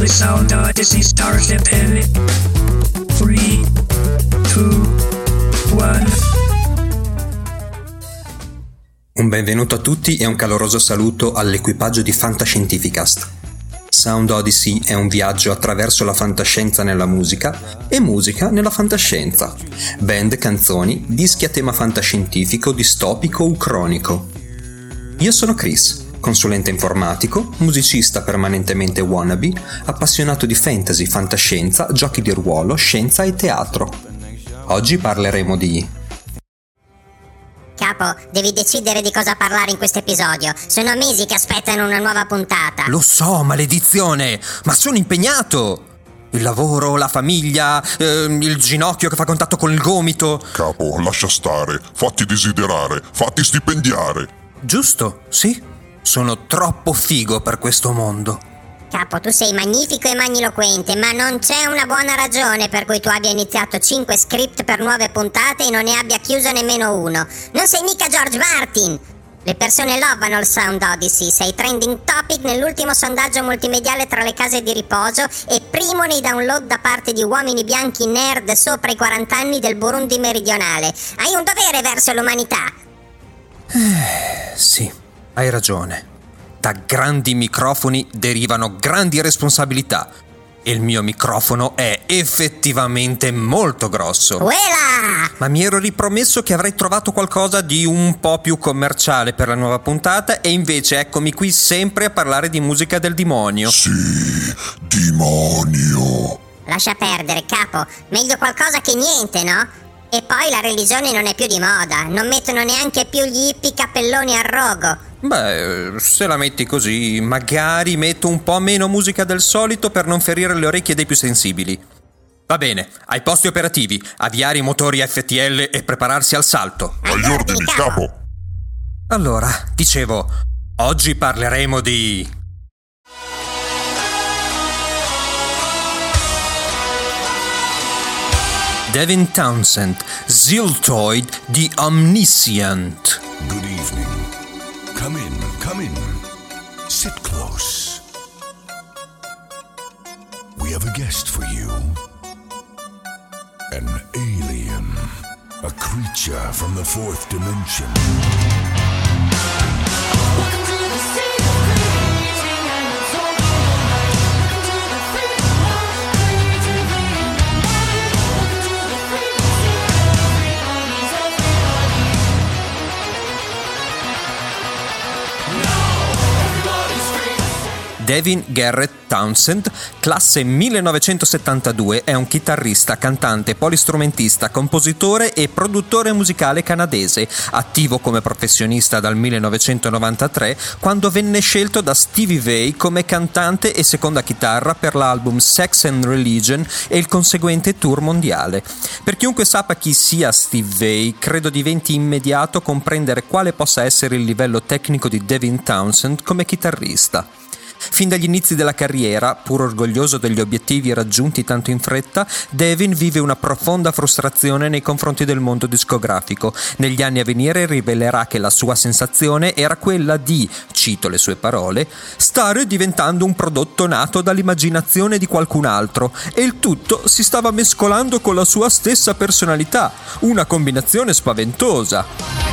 The Sound Odyssey Starship in 3, 2, 1. Un benvenuto a tutti e un caloroso saluto all'equipaggio di Fantascientificast. Sound Odyssey è un viaggio attraverso la fantascienza nella musica e musica nella fantascienza. Band, canzoni, dischi a tema fantascientifico, distopico o cronico. Io sono Chris, consulente informatico, musicista permanentemente wannabe, appassionato di fantasy, fantascienza, giochi di ruolo, scienza e teatro. Oggi parleremo di... Capo, devi decidere di cosa parlare in questo episodio. Sono mesi che aspettano una nuova puntata. Lo so, maledizione, ma sono impegnato! Il lavoro, la famiglia, il ginocchio che fa contatto con il gomito. Capo, lascia stare, fatti desiderare, fatti stipendiare. Giusto, sì. Sono troppo figo per questo mondo. Capo, tu sei magnifico e magniloquente, ma non c'è una buona ragione per cui tu abbia iniziato 5 script per nuove puntate e non ne abbia chiuso nemmeno uno. Non sei mica George Martin! Le persone lovano il Sound Odyssey, sei trending topic nell'ultimo sondaggio multimediale tra le case di riposo e primo nei download da parte di uomini bianchi nerd sopra i 40 anni del Burundi meridionale. Hai un dovere verso l'umanità! Sì, hai ragione. Da grandi microfoni derivano grandi responsabilità. E il mio microfono è effettivamente molto grosso. Uela! Ma mi ero ripromesso che avrei trovato qualcosa di un po' più commerciale per la nuova puntata e invece eccomi qui sempre a parlare di musica del demonio. Sì, demonio. Lascia perdere, capo. Meglio qualcosa che niente, no? E poi la religione non è più di moda. Non mettono neanche più gli hippie cappelloni a rogo. Beh, se la metti così, magari metto un po' meno musica del solito per non ferire le orecchie dei più sensibili. Va bene, ai posti operativi, avviare i motori FTL e prepararsi al salto. Agli ordini, capo. Allora, dicevo, oggi parleremo di... Devin Townsend, Ziltoid the Omniscient. Good evening. Come in, come in. Sit close. We have a guest for you. An alien. A creature from the fourth dimension. Devin Garrett Townsend, classe 1972, è un chitarrista, cantante, polistrumentista, compositore e produttore musicale canadese, attivo come professionista dal 1993, quando venne scelto da Stevie Vai come cantante e seconda chitarra per l'album Sex and Religion e il conseguente tour mondiale. Per chiunque sappia chi sia Steve Vai, credo diventi immediato comprendere quale possa essere il livello tecnico di Devin Townsend come chitarrista. Fin dagli inizi della carriera, pur orgoglioso degli obiettivi raggiunti tanto in fretta, Devin vive una profonda frustrazione nei confronti del mondo discografico. Negli anni a venire rivelerà che la sua sensazione era quella di, cito le sue parole, stare diventando un prodotto nato dall'immaginazione di qualcun altro e il tutto si stava mescolando con la sua stessa personalità, una combinazione spaventosa.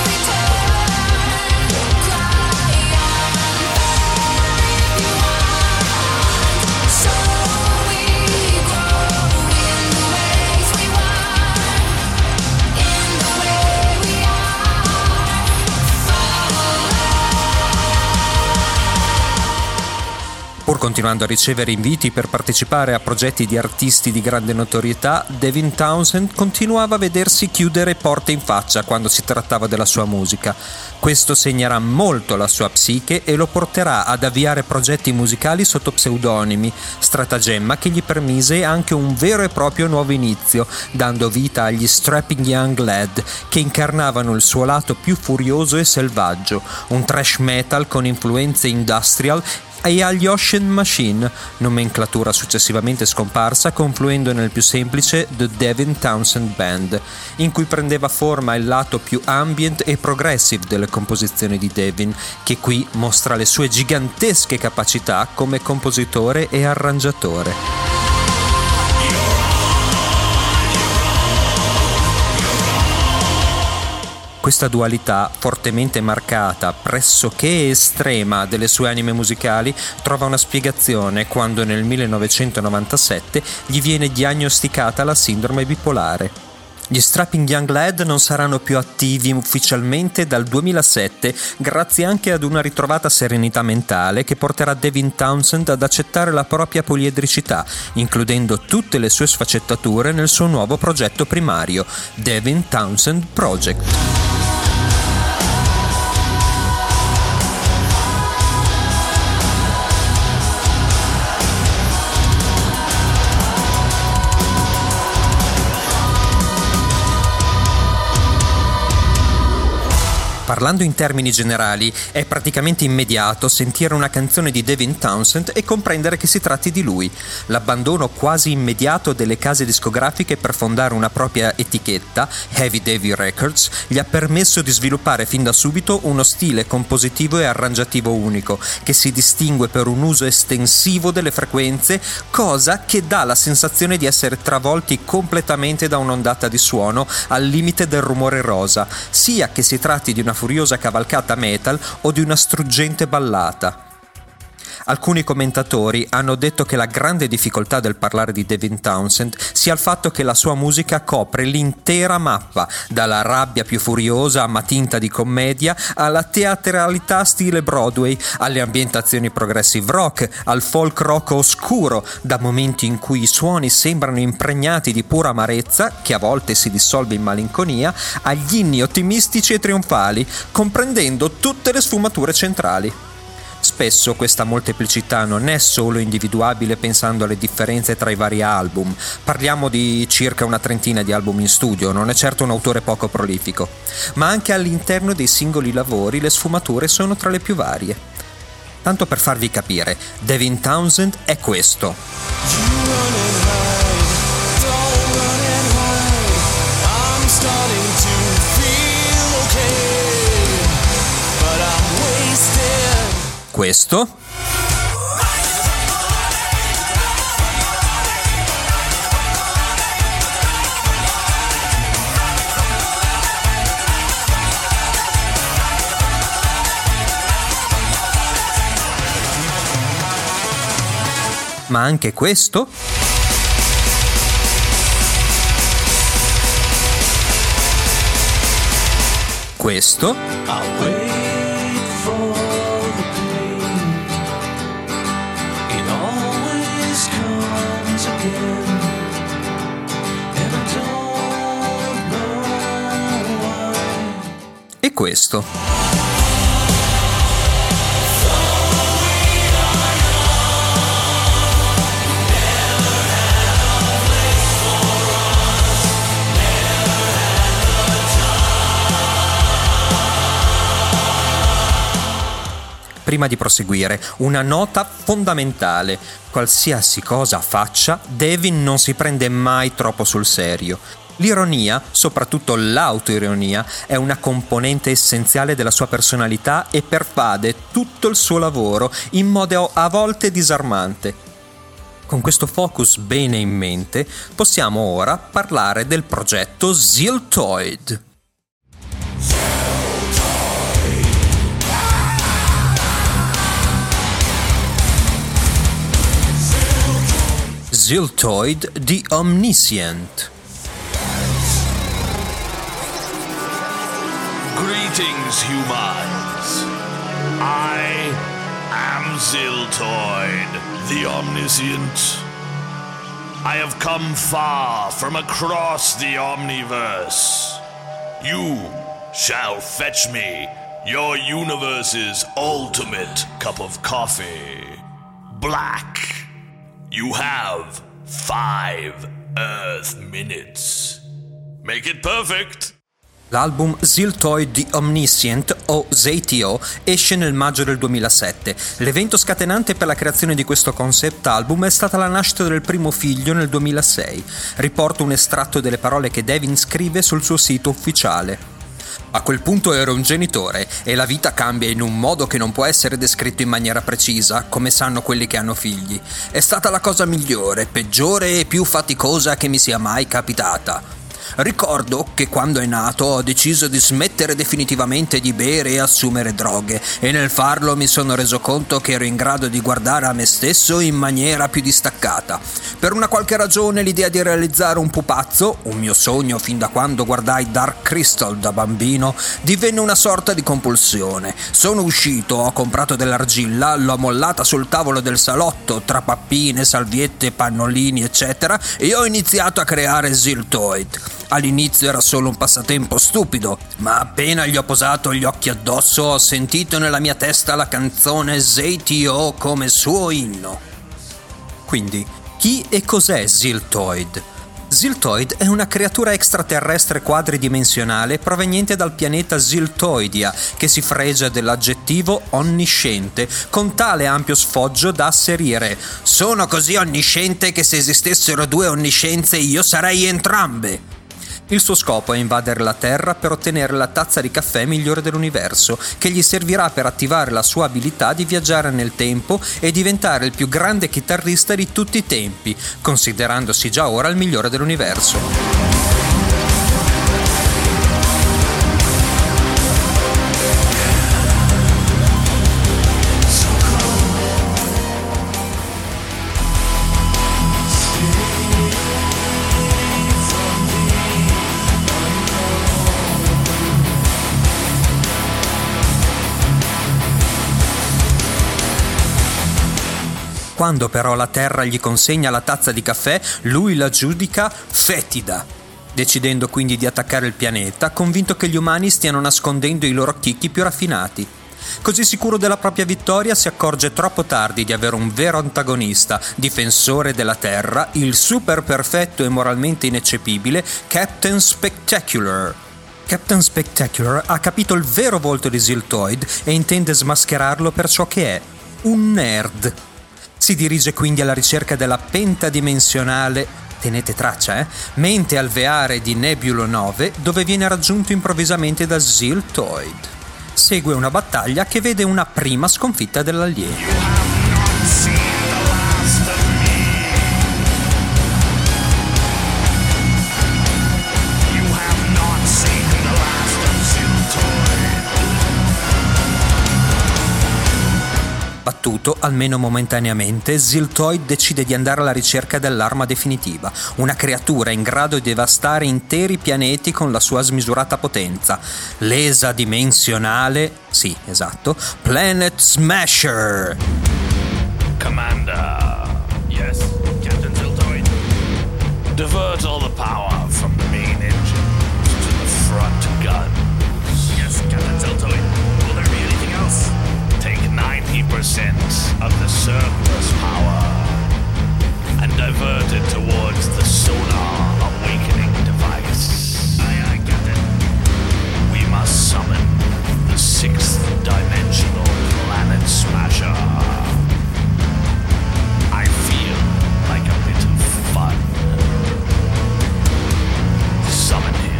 Pur continuando a ricevere inviti per partecipare a progetti di artisti di grande notorietà, Devin Townsend continuava a vedersi chiudere porte in faccia quando si trattava della sua musica. Questo segnerà molto la sua psiche e lo porterà ad avviare progetti musicali sotto pseudonimi, stratagemma che gli permise anche un vero e proprio nuovo inizio, dando vita agli Strapping Young Lad, che incarnavano il suo lato più furioso e selvaggio, un thrash metal con influenze industrial e agli Ocean Machine, nomenclatura successivamente scomparsa, confluendo nel più semplice The Devin Townsend Band, in cui prendeva forma il lato più ambient e progressive delle composizioni di Devin, che qui mostra le sue gigantesche capacità come compositore e arrangiatore. Questa dualità, fortemente marcata, pressoché estrema delle sue anime musicali, trova una spiegazione quando nel 1997 gli viene diagnosticata la sindrome bipolare. Gli Strapping Young Lad non saranno più attivi ufficialmente dal 2007, grazie anche ad una ritrovata serenità mentale che porterà Devin Townsend ad accettare la propria poliedricità, includendo tutte le sue sfaccettature nel suo nuovo progetto primario, Devin Townsend Project. Parlando in termini generali, è praticamente immediato sentire una canzone di Devin Townsend e comprendere che si tratti di lui. L'abbandono quasi immediato delle case discografiche per fondare una propria etichetta, Heavy Davy Records, gli ha permesso di sviluppare fin da subito uno stile compositivo e arrangiativo unico, che si distingue per un uso estensivo delle frequenze, cosa che dà la sensazione di essere travolti completamente da un'ondata di suono al limite del rumore rosa, sia che si tratti di una furiosa cavalcata metal o di una struggente ballata. Alcuni commentatori hanno detto che la grande difficoltà del parlare di Devin Townsend sia il fatto che la sua musica copre l'intera mappa, dalla rabbia più furiosa ma tinta di commedia alla teatralità stile Broadway, alle ambientazioni progressive rock, al folk rock oscuro, da momenti in cui i suoni sembrano impregnati di pura amarezza, che a volte si dissolve in malinconia, agli inni ottimistici e trionfali, comprendendo tutte le sfumature centrali. Spesso questa molteplicità non è solo individuabile pensando alle differenze tra i vari album. Parliamo di circa una trentina di album in studio, non è certo un autore poco prolifico, ma anche all'interno dei singoli lavori le sfumature sono tra le più varie. Tanto per farvi capire, Devin Townsend è questo. Questo. Ma anche questo. Questo. E questo. Prima di proseguire, una nota fondamentale. Qualsiasi cosa faccia, Devin non si prende mai troppo sul serio. L'ironia, soprattutto l'autoironia, è una componente essenziale della sua personalità e pervade tutto il suo lavoro in modo a volte disarmante. Con questo focus bene in mente, possiamo ora parlare del progetto Ziltoid. Ziltoid the Omniscient. Greetings, humans. I am Ziltoid, the Omniscient. I have come far from across the Omniverse. You shall fetch me your universe's ultimate cup of coffee. Black. You have 5 Earth minutes. Make it perfect. L'album Ziltoid the Omniscient, o ZTO, esce nel maggio del 2007. L'evento scatenante per la creazione di questo concept album è stata la nascita del primo figlio nel 2006. Riporto un estratto delle parole che Devin scrive sul suo sito ufficiale. A quel punto ero un genitore e la vita cambia in un modo che non può essere descritto in maniera precisa, come sanno quelli che hanno figli. È stata la cosa migliore, peggiore e più faticosa che mi sia mai capitata. Ricordo che quando è nato ho deciso di smettere definitivamente di bere e assumere droghe, e nel farlo mi sono reso conto che ero in grado di guardare a me stesso in maniera più distaccata. Per una qualche ragione l'idea di realizzare un pupazzo, un mio sogno fin da quando guardai Dark Crystal da bambino, divenne una sorta di compulsione. Sono uscito, ho comprato dell'argilla, l'ho mollata sul tavolo del salotto tra pappine, salviette, pannolini eccetera, e ho iniziato a creare Ziltoid. All'inizio era solo un passatempo stupido, ma appena gli ho posato gli occhi addosso ho sentito nella mia testa la canzone ZTO come suo inno. Quindi, chi e cos'è Ziltoid? Ziltoid è una creatura extraterrestre quadridimensionale proveniente dal pianeta Ziltoidia, che si fregia dell'aggettivo onnisciente, con tale ampio sfoggio da asserire: sono così onnisciente che se esistessero due onniscienze io sarei entrambe. Il suo scopo è invadere la Terra per ottenere la tazza di caffè migliore dell'universo, che gli servirà per attivare la sua abilità di viaggiare nel tempo e diventare il più grande chitarrista di tutti i tempi, considerandosi già ora il migliore dell'universo. Quando però la Terra gli consegna la tazza di caffè, lui la giudica fetida, decidendo quindi di attaccare il pianeta, convinto che gli umani stiano nascondendo i loro chicchi più raffinati. Così sicuro della propria vittoria si accorge troppo tardi di avere un vero antagonista, difensore della Terra, il super perfetto e moralmente ineccepibile Captain Spectacular. Captain Spectacular ha capito il vero volto di Ziltoid e intende smascherarlo per ciò che è, un nerd. Si dirige quindi alla ricerca della pentadimensionale, tenete traccia, mente alveare di Nebulo 9, dove viene raggiunto improvvisamente da Ziltoid. Segue una battaglia che vede una prima sconfitta dell'alieno. Battuto, almeno momentaneamente, Ziltoid decide di andare alla ricerca dell'arma definitiva, una creatura in grado di devastare interi pianeti con la sua smisurata potenza. L'esa dimensionale, sì, esatto, Planet Smasher. Commander. Yes, Captain Ziltoid. Divert all the power from the main engine to the front guns. Yes, Captain Ziltoid. Will there be anything else? Take 90% of the surplus power and divert it towards the solar awakening device. Aye, aye, Captain. We must summon the 6th dimensional Planet Smasher. I feel like a bit of fun. Summon him.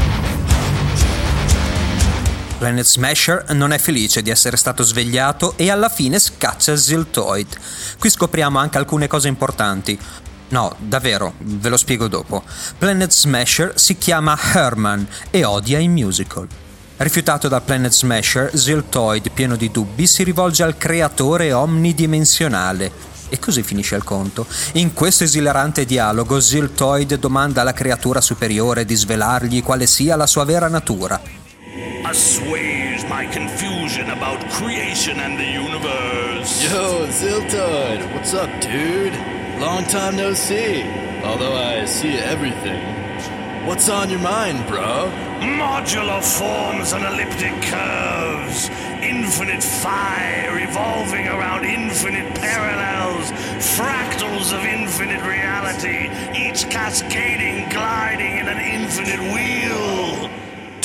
Planet Smasher non è felice di essere stato svegliato e alla fine scaccia Ziltoid. Qui scopriamo anche alcune cose importanti. No, davvero, ve lo spiego dopo. Planet Smasher si chiama Herman e odia i musical. Rifiutato da Planet Smasher, Ziltoid, pieno di dubbi, si rivolge al creatore omnidimensionale. E così finisce il conto. In questo esilarante dialogo, Ziltoid domanda alla creatura superiore di svelargli quale sia la sua vera natura. Assuage my confusion about creation and the universe. Yo, Ziltoid, what's up, dude? Long time no see. Although I see everything. What's on your mind, bro? Modular forms and elliptic curves. Infinite fire revolving around infinite parallels. Fractals of infinite reality. Each cascading, gliding in an infinite wheel.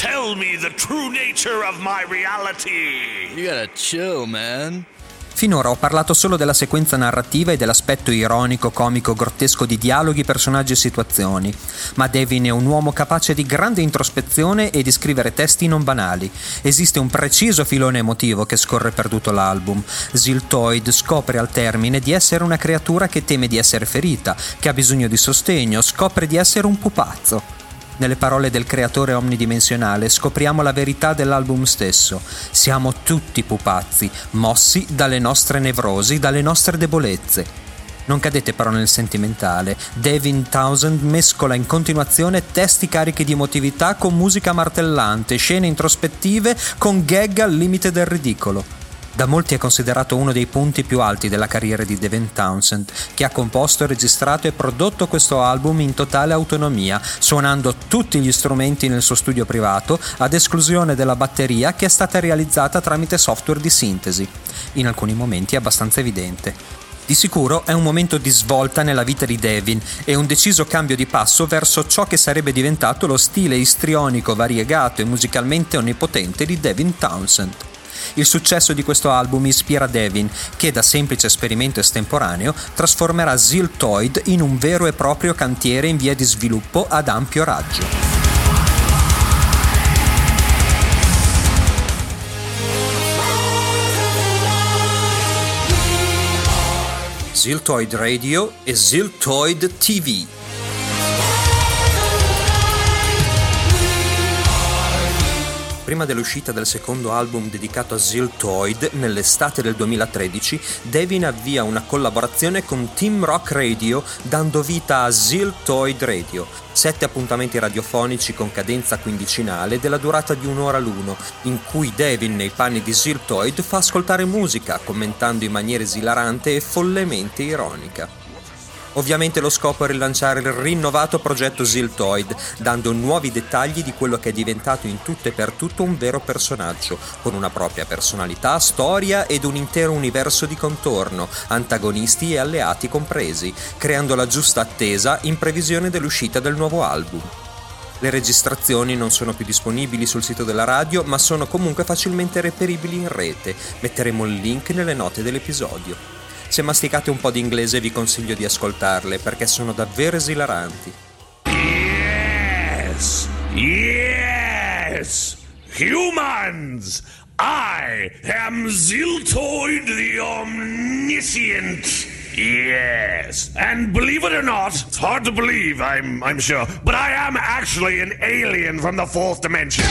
tell me the true nature of my reality. You gotta chill, man. Finora ho parlato solo della sequenza narrativa e dell'aspetto ironico, comico, grottesco di dialoghi, personaggi e situazioni, ma Devin è un uomo capace di grande introspezione e di scrivere testi non banali. Esiste un preciso filone emotivo che scorre per tutto l'album. Ziltoid scopre al termine di essere una creatura che teme di essere ferita, che ha bisogno di sostegno, scopre di essere un pupazzo. Nelle parole del creatore omnidimensionale scopriamo la verità dell'album stesso. Siamo tutti pupazzi, mossi dalle nostre nevrosi, dalle nostre debolezze. Non cadete però nel sentimentale. Devin Townsend mescola in continuazione testi carichi di emotività con musica martellante, scene introspettive con gag al limite del ridicolo. Da molti è considerato uno dei punti più alti della carriera di Devin Townsend, che ha composto, registrato e prodotto questo album in totale autonomia, suonando tutti gli strumenti nel suo studio privato, ad esclusione della batteria che è stata realizzata tramite software di sintesi. In alcuni momenti è abbastanza evidente. Di sicuro è un momento di svolta nella vita di Devin e un deciso cambio di passo verso ciò che sarebbe diventato lo stile istrionico, variegato e musicalmente onnipotente di Devin Townsend. Il successo di questo album ispira Devin, che da semplice esperimento estemporaneo trasformerà Ziltoid in un vero e proprio cantiere in via di sviluppo ad ampio raggio. Ziltoid Radio e Ziltoid TV. Prima dell'uscita del secondo album dedicato a Ziltoid, nell'estate del 2013, Devin avvia una collaborazione con Team Rock Radio, dando vita a Ziltoid Radio, 7 appuntamenti radiofonici con cadenza quindicinale della durata di un'ora l'uno, in cui Devin, nei panni di Ziltoid, fa ascoltare musica, commentando in maniera esilarante e follemente ironica. Ovviamente lo scopo è rilanciare il rinnovato progetto Ziltoid, dando nuovi dettagli di quello che è diventato in tutto e per tutto un vero personaggio, con una propria personalità, storia ed un intero universo di contorno, antagonisti e alleati compresi, creando la giusta attesa in previsione dell'uscita del nuovo album. Le registrazioni non sono più disponibili sul sito della radio, ma sono comunque facilmente reperibili in rete. Metteremo il link nelle note dell'episodio. Se masticate un po' di inglese vi consiglio di ascoltarle perché sono davvero esilaranti. Yes! Yes! Humans! I am Ziltoid the Omniscient! Yes! And believe it or not, it's hard to believe, I'm sure, but I am actually an alien from the fourth dimension.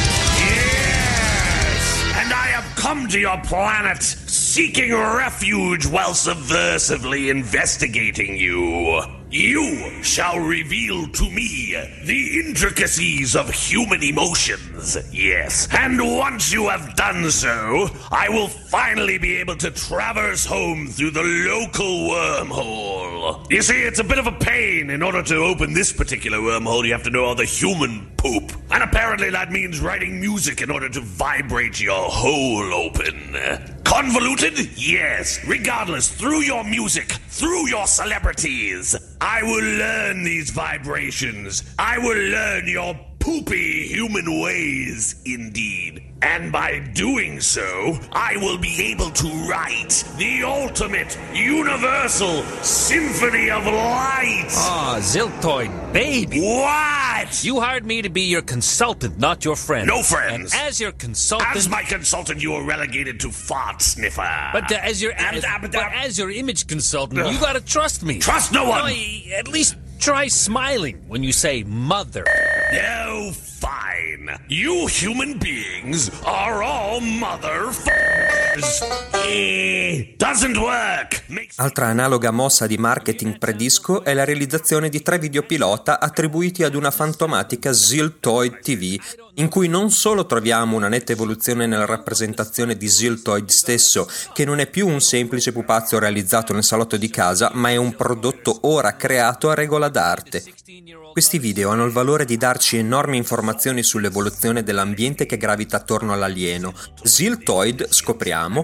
Yes! And I have come to your planet, seeking refuge while subversively investigating you. You shall reveal to me the intricacies of human emotions, yes. And once you have done so, I will finally be able to traverse home through the local wormhole. You see, it's a bit of a pain. In order to open this particular wormhole, you have to know all the human poop. And apparently that means writing music in order to vibrate your hole open. Convoluted? Yes. Regardless, through your music, through your celebrities, I will learn these vibrations. I will learn your poopy human ways, indeed. And by doing so, I will be able to write the ultimate, universal symphony of light. Ah, Ziltoid, baby. What? You hired me to be your consultant, not your friend. No friends. And as your consultant... As my consultant, you are relegated to fart sniffer. But as your image consultant, you gotta trust me. Trust no one. No, at least try smiling when you say mother. No, fine. You human beings are all motherfuckers. Doesn't work. Altra analoga mossa di marketing predisco è la realizzazione di 3 videopilota attribuiti ad una fantomatica Ziltoid TV, in cui non solo troviamo una netta evoluzione nella rappresentazione di Ziltoid stesso, che non è più un semplice pupazzo realizzato nel salotto di casa, ma è un prodotto ora creato a regola d'arte. Questi video hanno il valore di darci enormi informazioni sull'evoluzione dell'ambiente che gravita attorno all'alieno. Ziltoid, scopriamo, è un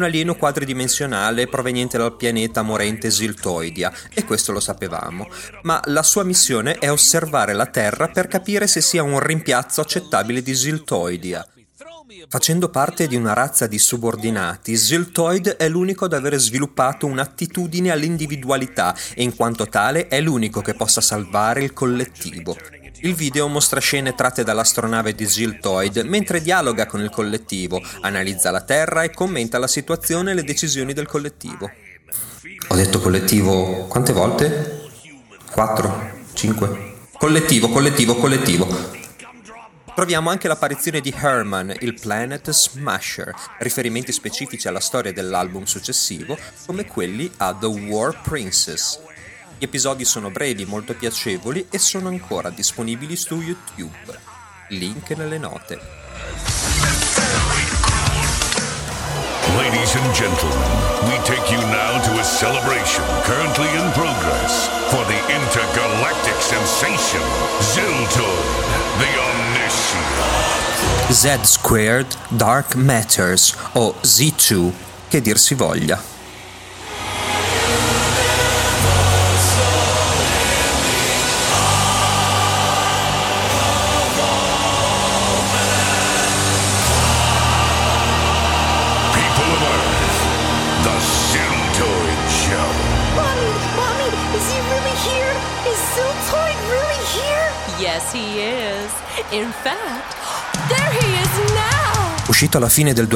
alieno quadridimensionale proveniente dal pianeta morente Ziltoidia, e questo lo sapevamo, ma la sua missione è osservare la Terra per capire se sia un rimpiazzo accettabile di Ziltoidia. Facendo parte di una razza di subordinati, Ziltoid è l'unico ad avere sviluppato un'attitudine all'individualità e in quanto tale è l'unico che possa salvare il collettivo. Il video mostra scene tratte dall'astronave di Ziltoid mentre dialoga con il collettivo, analizza la Terra e commenta la situazione e le decisioni del collettivo. Ho detto collettivo quante volte? 4? 5? Collettivo. Troviamo anche l'apparizione di Herman, il Planet Smasher, riferimenti specifici alla storia dell'album successivo, come quelli a The War Princess. Gli episodi sono brevi, molto piacevoli e sono ancora disponibili su YouTube. Link nelle note. Ladies and gentlemen, we take you now to a celebration currently in progress for the intergalactic sensation Ziltoid, the Omniscient. Z-Squared Dark Matters, o Z2, che dir si voglia. Yes, he is. In fact, there he is now! Uscito alla fine del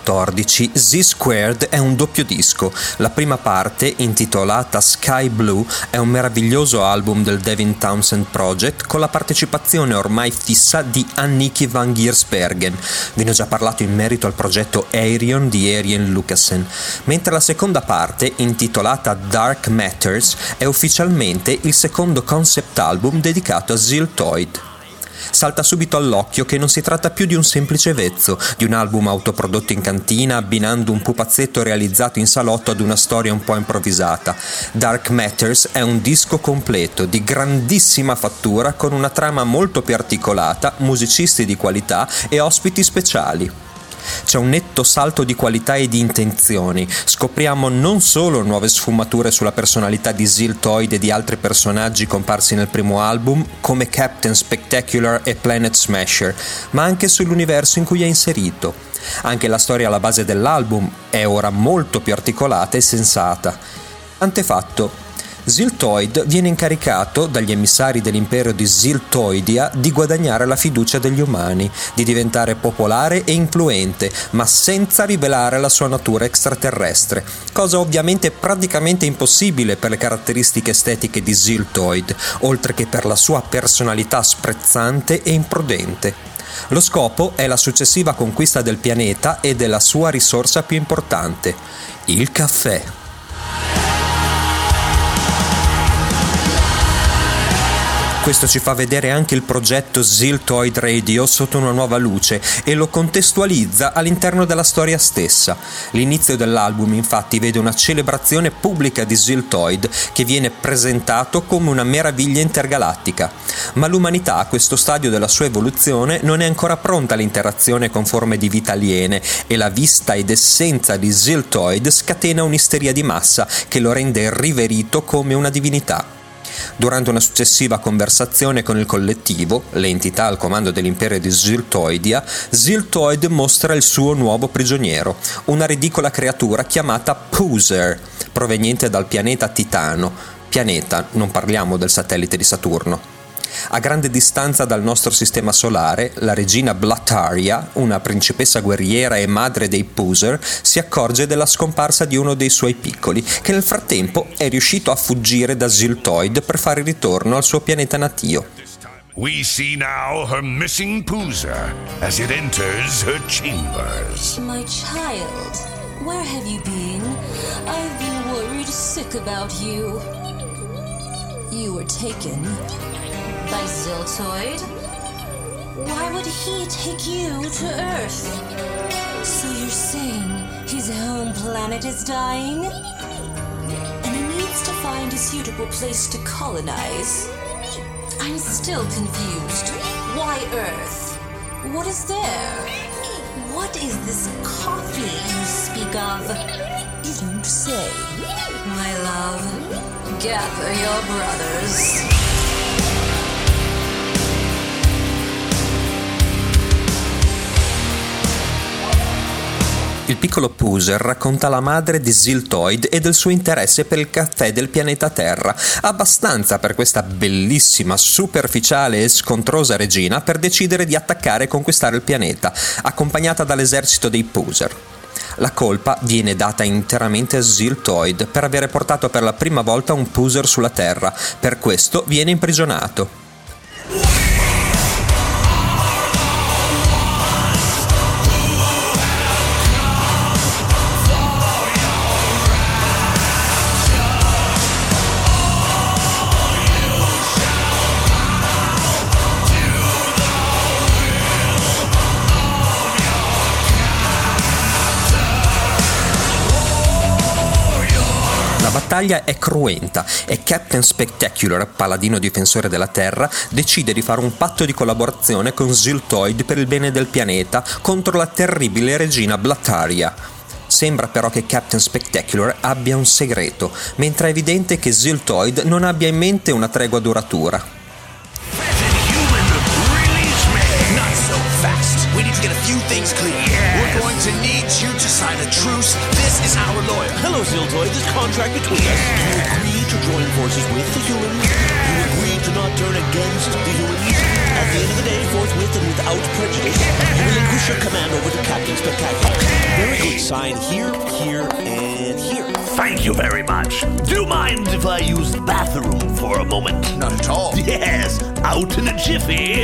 2014, Z-Squared è un doppio disco. La prima parte, intitolata Sky Blue, è un meraviglioso album del Devin Townsend Project con la partecipazione ormai fissa di Anneke van Giersbergen. Ve ne ho già parlato in merito al progetto Arion di Arian Lucassen. Mentre la seconda parte, intitolata Dark Matters, è ufficialmente il secondo concept album dedicato a Ziltoid. Salta subito all'occhio che non si tratta più di un semplice vezzo, di un album autoprodotto in cantina abbinando un pupazzetto realizzato in salotto ad una storia un po' improvvisata. Dark Matters è un disco completo, di grandissima fattura, con una trama molto più articolata, musicisti di qualità e ospiti speciali. C'è un netto salto di qualità e di intenzioni. Scopriamo non solo nuove sfumature sulla personalità di Ziltoid e di altri personaggi comparsi nel primo album, come Captain Spectacular e Planet Smasher, ma anche sull'universo in cui è inserito. Anche la storia alla base dell'album è ora molto più articolata e sensata. Antefatto, Ziltoid viene incaricato dagli emissari dell'impero di Ziltoidia di guadagnare la fiducia degli umani, di diventare popolare e influente, ma senza rivelare la sua natura extraterrestre, cosa ovviamente praticamente impossibile per le caratteristiche estetiche di Ziltoid, oltre che per la sua personalità sprezzante e imprudente. Lo scopo è la successiva conquista del pianeta e della sua risorsa più importante, il caffè. Questo ci fa vedere anche il progetto Ziltoid Radio sotto una nuova luce e lo contestualizza all'interno della storia stessa. L'inizio dell'album infatti vede una celebrazione pubblica di Ziltoid che viene presentato come una meraviglia intergalattica. Ma l'umanità a questo stadio della sua evoluzione non è ancora pronta all'interazione con forme di vita aliene e la vista ed essenza di Ziltoid scatena un'isteria di massa che lo rende riverito come una divinità. Durante una successiva conversazione con il collettivo, l'entità al comando dell'impero di Ziltoidia, Ziltoid mostra il suo nuovo prigioniero, una ridicola creatura chiamata Poozer, proveniente dal pianeta Titano. Pianeta, non parliamo del satellite di Saturno. A grande distanza dal nostro sistema solare, la regina Blattaria, una principessa guerriera e madre dei Poozer, si accorge della scomparsa di uno dei suoi piccoli, che nel frattempo è riuscito a fuggire da Ziltoid per fare ritorno al suo pianeta natio. We see now her missing Poozer as it enters her chambers. My child, where have you been? I've been worried sick about you. You were taken by Ziltoid? Why would he take you to Earth? So you're saying his home planet is dying? And he needs to find a suitable place to colonize? I'm still confused. Why Earth? What is there? What is this coffee you speak of? You don't say. My love, gather your brothers. Il piccolo Pooser racconta alla madre di Ziltoid e del suo interesse per il caffè del pianeta Terra, abbastanza per questa bellissima, superficiale e scontrosa regina per decidere di attaccare e conquistare il pianeta, accompagnata dall'esercito dei Pooser. La colpa viene data interamente a Ziltoid per avere portato per la prima volta un Pooser sulla Terra, per questo viene imprigionato. La battaglia è cruenta e Captain Spectacular, paladino difensore della Terra, decide di fare un patto di collaborazione con Ziltoid per il bene del pianeta contro la terribile regina Blattaria. Sembra però che Captain Spectacular abbia un segreto, mentre è evidente che Ziltoid non abbia in mente una tregua duratura. We need to get a few things clear. Yes. We're going to need you to sign a truce. This is our lawyer. Hello, Ziltoid. This contract between us. You agree to join forces with the humans. You agree to not turn against the humans. At the end of the day, forthwith and without prejudice, you relinquish your command over to Captain Spectacular. Very good. Sign here, here, and here. Thank you very much. Do you mind if I use the bathroom for a moment? Not at all. Yes, out in a jiffy.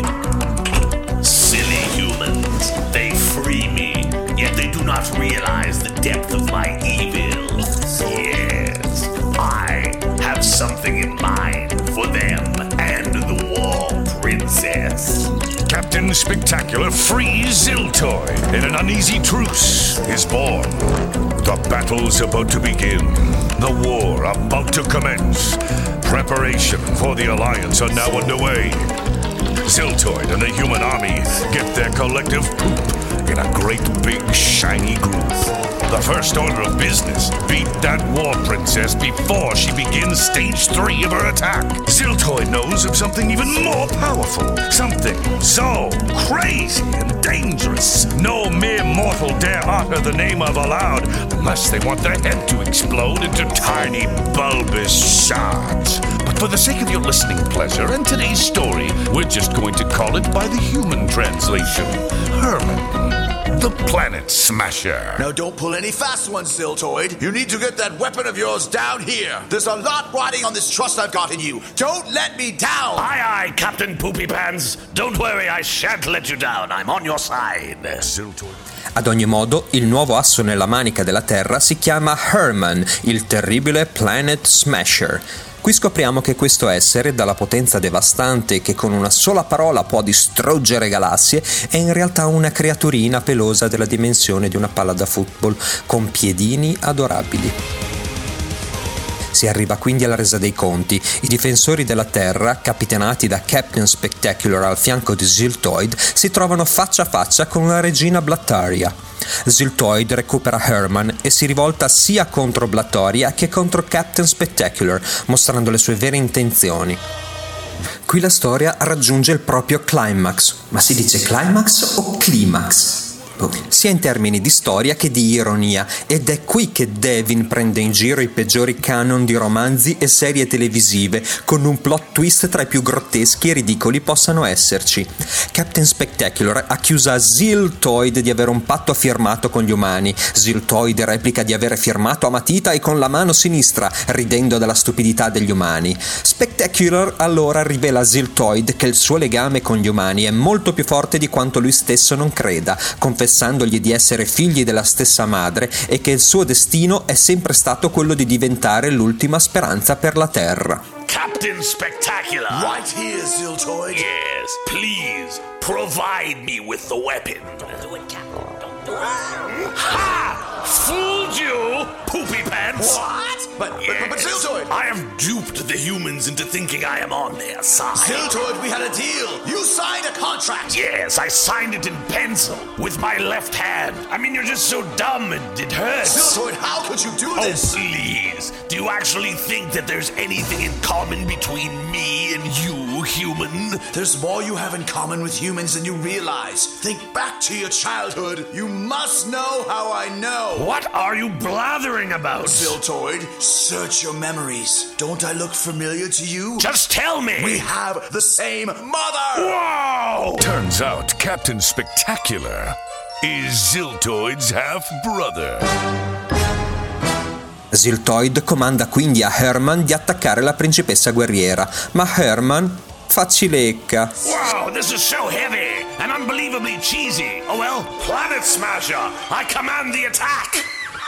Silly humans, they free me, yet they do not realize the depth of my evil. Yes, I have something in mind for them and the War Princess. Captain Spectacular frees Ziltoid, and an uneasy truce is born. The battle's about to begin. The war about to commence. Preparation for the Alliance are now underway. Ziltoid and the human army get their collective poop in a great big shiny group. The first order of business, beat that War Princess before she begins stage 3 of her attack. Ziltoid knows of something even more powerful. Something so crazy and dangerous. No mere mortal dare utter the name of aloud unless they want their head to explode into tiny bulbous shards. But for the sake of your listening pleasure and today's story, we're just going to call it by the human translation. Herman, the Planet Smasher. Now don't pull any fast ones, Ziltoid. You need to get that weapon of yours down here. There's a lot riding on this trust I've got in you. Don't let me down. Aye, aye, Captain Poopy Pants. Don't worry, I shan't let you down. I'm on your side. Ziltoid. Ad ogni modo, il nuovo asso nella manica della Terra si chiama Herman, il terribile Planet Smasher. Qui scopriamo che questo essere, dalla potenza devastante che con una sola parola può distruggere galassie, è in realtà una creaturina pelosa della dimensione di una palla da football, con piedini adorabili. Si arriva quindi alla resa dei conti. I difensori della Terra, capitanati da Captain Spectacular al fianco di Ziltoid, si trovano faccia a faccia con la regina Blattaria. Ziltoid recupera Herman e si rivolta sia contro Blattaria che contro Captain Spectacular, mostrando le sue vere intenzioni. Qui la storia raggiunge il proprio climax. Ma si dice climax o climax? Sia in termini di storia che di ironia, ed è qui che Devin prende in giro i peggiori canon di romanzi e serie televisive, con un plot twist tra i più grotteschi e ridicoli possano esserci. Captain Spectacular accusa Ziltoid di avere un patto firmato con gli umani. Ziltoid replica di avere firmato a matita e con la mano sinistra, ridendo della stupidità degli umani. Spectacular allora rivela a Ziltoid che il suo legame con gli umani è molto più forte di quanto lui stesso non creda, confessandogli di essere figli della stessa madre e che il suo destino è sempre stato quello di diventare l'ultima speranza per la Terra. Captain Spectacular! Right here, Ziltoid. Yes, please, provide me with the weapon. Do it, Captain. Don't do it. Ha! Fooled you, Poopy Pants! What? But Ziltoid! I have duped the humans into thinking I am on their side. Ziltoid, we had a deal. You signed a contract. Yes, I signed it in pencil with my left hand. I mean, you're just so dumb it hurts. Ziltoid, how could you do this? Oh, please. Do you actually think that there's anything in common between me and you, human? There's more you have in common with humans than you realize. Think back to your childhood. You must know how I know. What are you blathering about? Ziltoid, search your memories. Don't I look familiar to you? Just tell me. We have the same mother. Whoa! Turns out Captain Spectacular is Ziltoid's half-brother. Ziltoid comanda quindi a Herman di attaccare la principessa guerriera, ma Herman fa cilecca. Wow, this is so heavy and unbelievably cheesy. Oh well, Planet Smasher, I command the attack.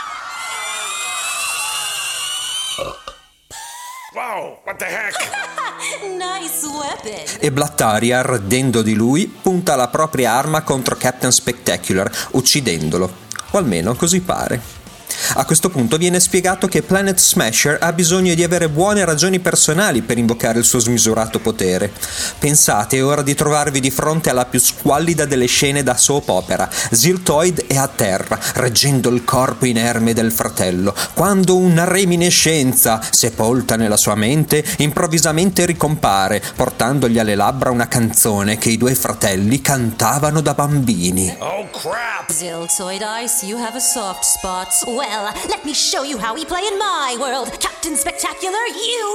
Wow, what the heck? Nice weapon. E Blattaria, arredendo di lui, punta la propria arma contro Captain Spectacular, uccidendolo. O almeno così pare. A questo punto viene spiegato che Planet Smasher ha bisogno di avere buone ragioni personali per invocare il suo smisurato potere. Pensate, è ora di trovarvi di fronte alla più squallida delle scene da soap opera. Ziltoid è a terra, reggendo il corpo inerme del fratello, quando una reminiscenza, sepolta nella sua mente, improvvisamente ricompare, portandogli alle labbra una canzone che i due fratelli cantavano da bambini. Oh crap! Ziltoid, I see you have a soft spot. Well, let me show you how we play in my world. Captain Spectacular, you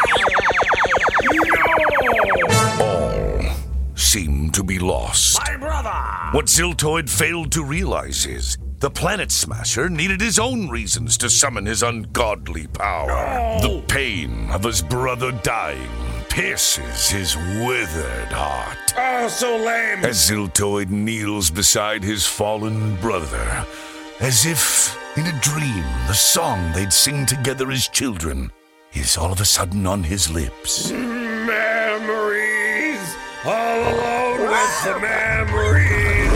die! All seem to be lost. My brother! What Ziltoid failed to realize is the Planet Smasher needed his own reasons to summon his ungodly power. The pain of his brother dying pierces his withered heart. Oh, so lame! As Ziltoid kneels beside his fallen brother, as if in a dream, the song they'd sing together as children is all of a sudden on his lips. Memories! All alone with the memories!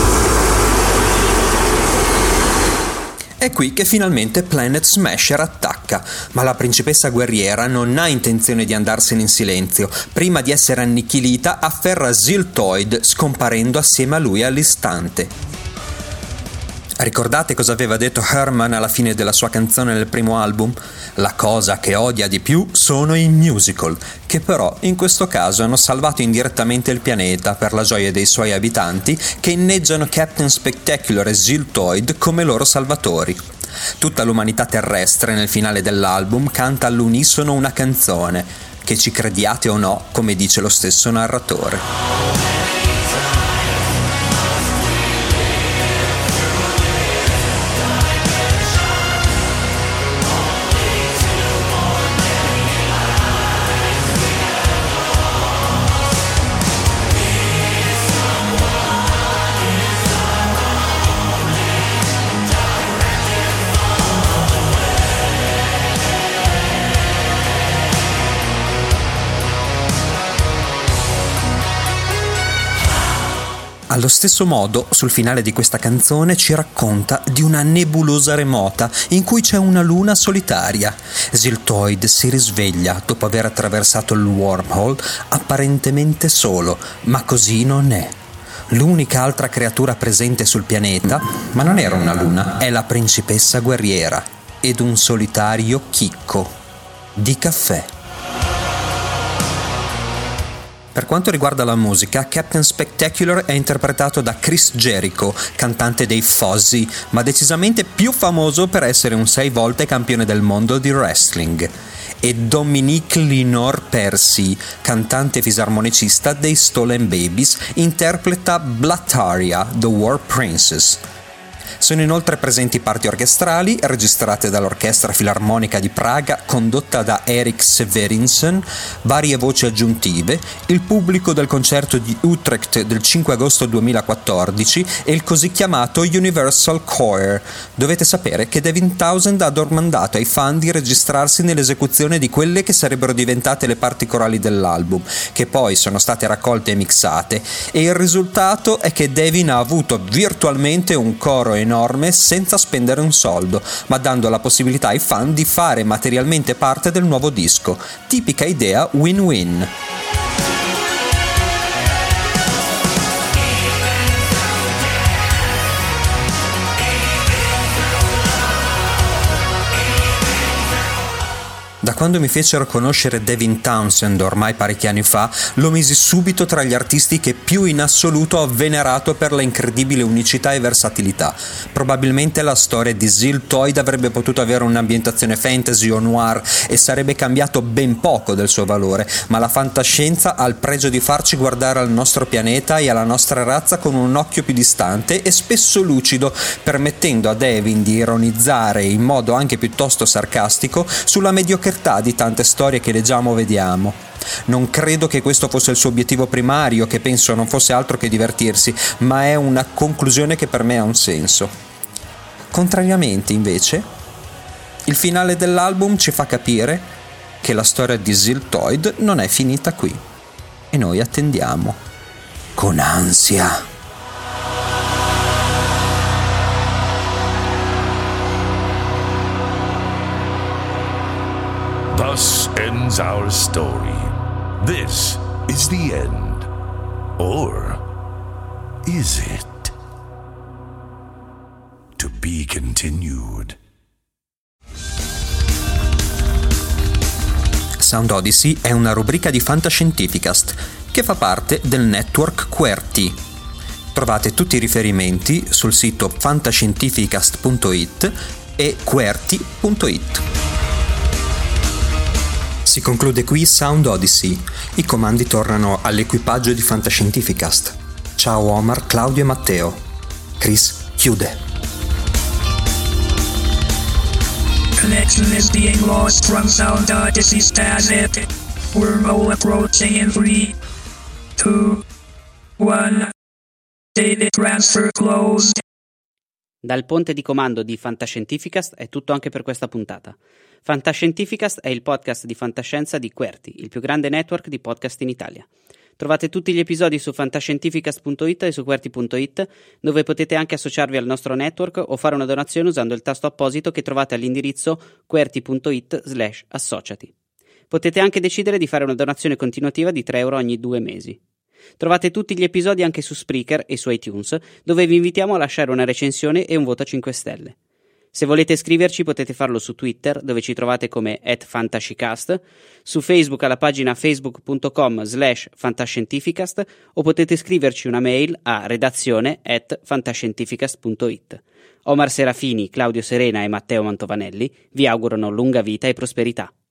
È qui che finalmente Planet Smasher attacca, ma la principessa guerriera non ha intenzione di andarsene in silenzio. Prima di essere annichilita, afferra Ziltoid, scomparendo assieme a lui all'istante. Ricordate cosa aveva detto Herman alla fine della sua canzone nel primo album? La cosa che odia di più sono i musical, che però in questo caso hanno salvato indirettamente il pianeta per la gioia dei suoi abitanti, che inneggiano Captain Spectacular e Ziltoid come loro salvatori. Tutta l'umanità terrestre nel finale dell'album canta all'unisono una canzone, che ci crediate o no, come dice lo stesso narratore. Allo stesso modo, sul finale di questa canzone ci racconta di una nebulosa remota in cui c'è una luna solitaria. Ziltoid si risveglia dopo aver attraversato il wormhole apparentemente solo, ma così non è. L'unica altra creatura presente sul pianeta, ma non era una luna, è la principessa guerriera ed un solitario chicco di caffè. Per quanto riguarda la musica, Captain Spectacular è interpretato da Chris Jericho, cantante dei Fozzy, ma decisamente più famoso per essere un 6 volte campione del mondo di wrestling, e Dominique Linor Percy, cantante fisarmonicista dei Stolen Babies, interpreta Blattaria, The War Princess. Sono inoltre presenti parti orchestrali registrate dall'Orchestra Filarmonica di Praga condotta da Erik Severinsen, varie voci aggiuntive, il pubblico del concerto di Utrecht del 5 agosto 2014 e il così chiamato Universal Choir. Dovete sapere che Devin Townsend ha domandato ai fan di registrarsi nell'esecuzione di quelle che sarebbero diventate le parti corali dell'album, che poi sono state raccolte e mixate, e il risultato è che Devin ha avuto virtualmente un coro enorme senza spendere un soldo, ma dando la possibilità ai fan di fare materialmente parte del nuovo disco. Tipica idea win-win. Da quando mi fecero conoscere Devin Townsend ormai parecchi anni fa, lo misi subito tra gli artisti che più in assoluto ho venerato per la incredibile unicità e versatilità. Probabilmente la storia di Ziltoid avrebbe potuto avere un'ambientazione fantasy o noir e sarebbe cambiato ben poco del suo valore, ma la fantascienza ha il pregio di farci guardare al nostro pianeta e alla nostra razza con un occhio più distante e spesso lucido, permettendo a Devin di ironizzare in modo anche piuttosto sarcastico sulla mediocrità di tante storie che leggiamo o vediamo. Non credo che questo fosse il suo obiettivo primario, che penso non fosse altro che divertirsi, ma è una conclusione che per me ha un senso. Contrariamente, invece, il finale dell'album ci fa capire che la storia di Ziltoid non è finita qui e noi attendiamo con ansia. Thus ends our story. This is the end. Or is it? To be continued. Sound Odyssey è una rubrica di Fantascientificast che fa parte del network QWERTY. Trovate tutti i riferimenti sul sito fantascientificast.it e QWERTY.it. Si conclude qui Sound Odyssey. I comandi tornano all'equipaggio di Fantascientificast. Ciao Omar, Claudio e Matteo. Chris chiude. Connection is being lost from Sound Odyssey static. Wormhole approaching in 3, 2, 1. Data transfer closed. Dal ponte di comando di Fantascientificast è tutto anche per questa puntata. Fantascientificast è il podcast di fantascienza di QWERTY, il più grande network di podcast in Italia. Trovate tutti gli episodi su fantascientificast.it e su QWERTY.it, dove potete anche associarvi al nostro network o fare una donazione usando il tasto apposito che trovate all'indirizzo QWERTY.it/associati. Potete anche decidere di fare una donazione continuativa di €3 ogni 2 mesi. Trovate tutti gli episodi anche su Spreaker e su iTunes, dove vi invitiamo a lasciare una recensione e un voto a 5 stelle. Se volete scriverci potete farlo su Twitter, dove ci trovate come @fantascicast, su Facebook alla pagina facebook.com/fantascientificast o potete scriverci una mail a redazione@fantascientificast.it. Omar Serafini, Claudio Serena e Matteo Mantovanelli vi augurano lunga vita e prosperità.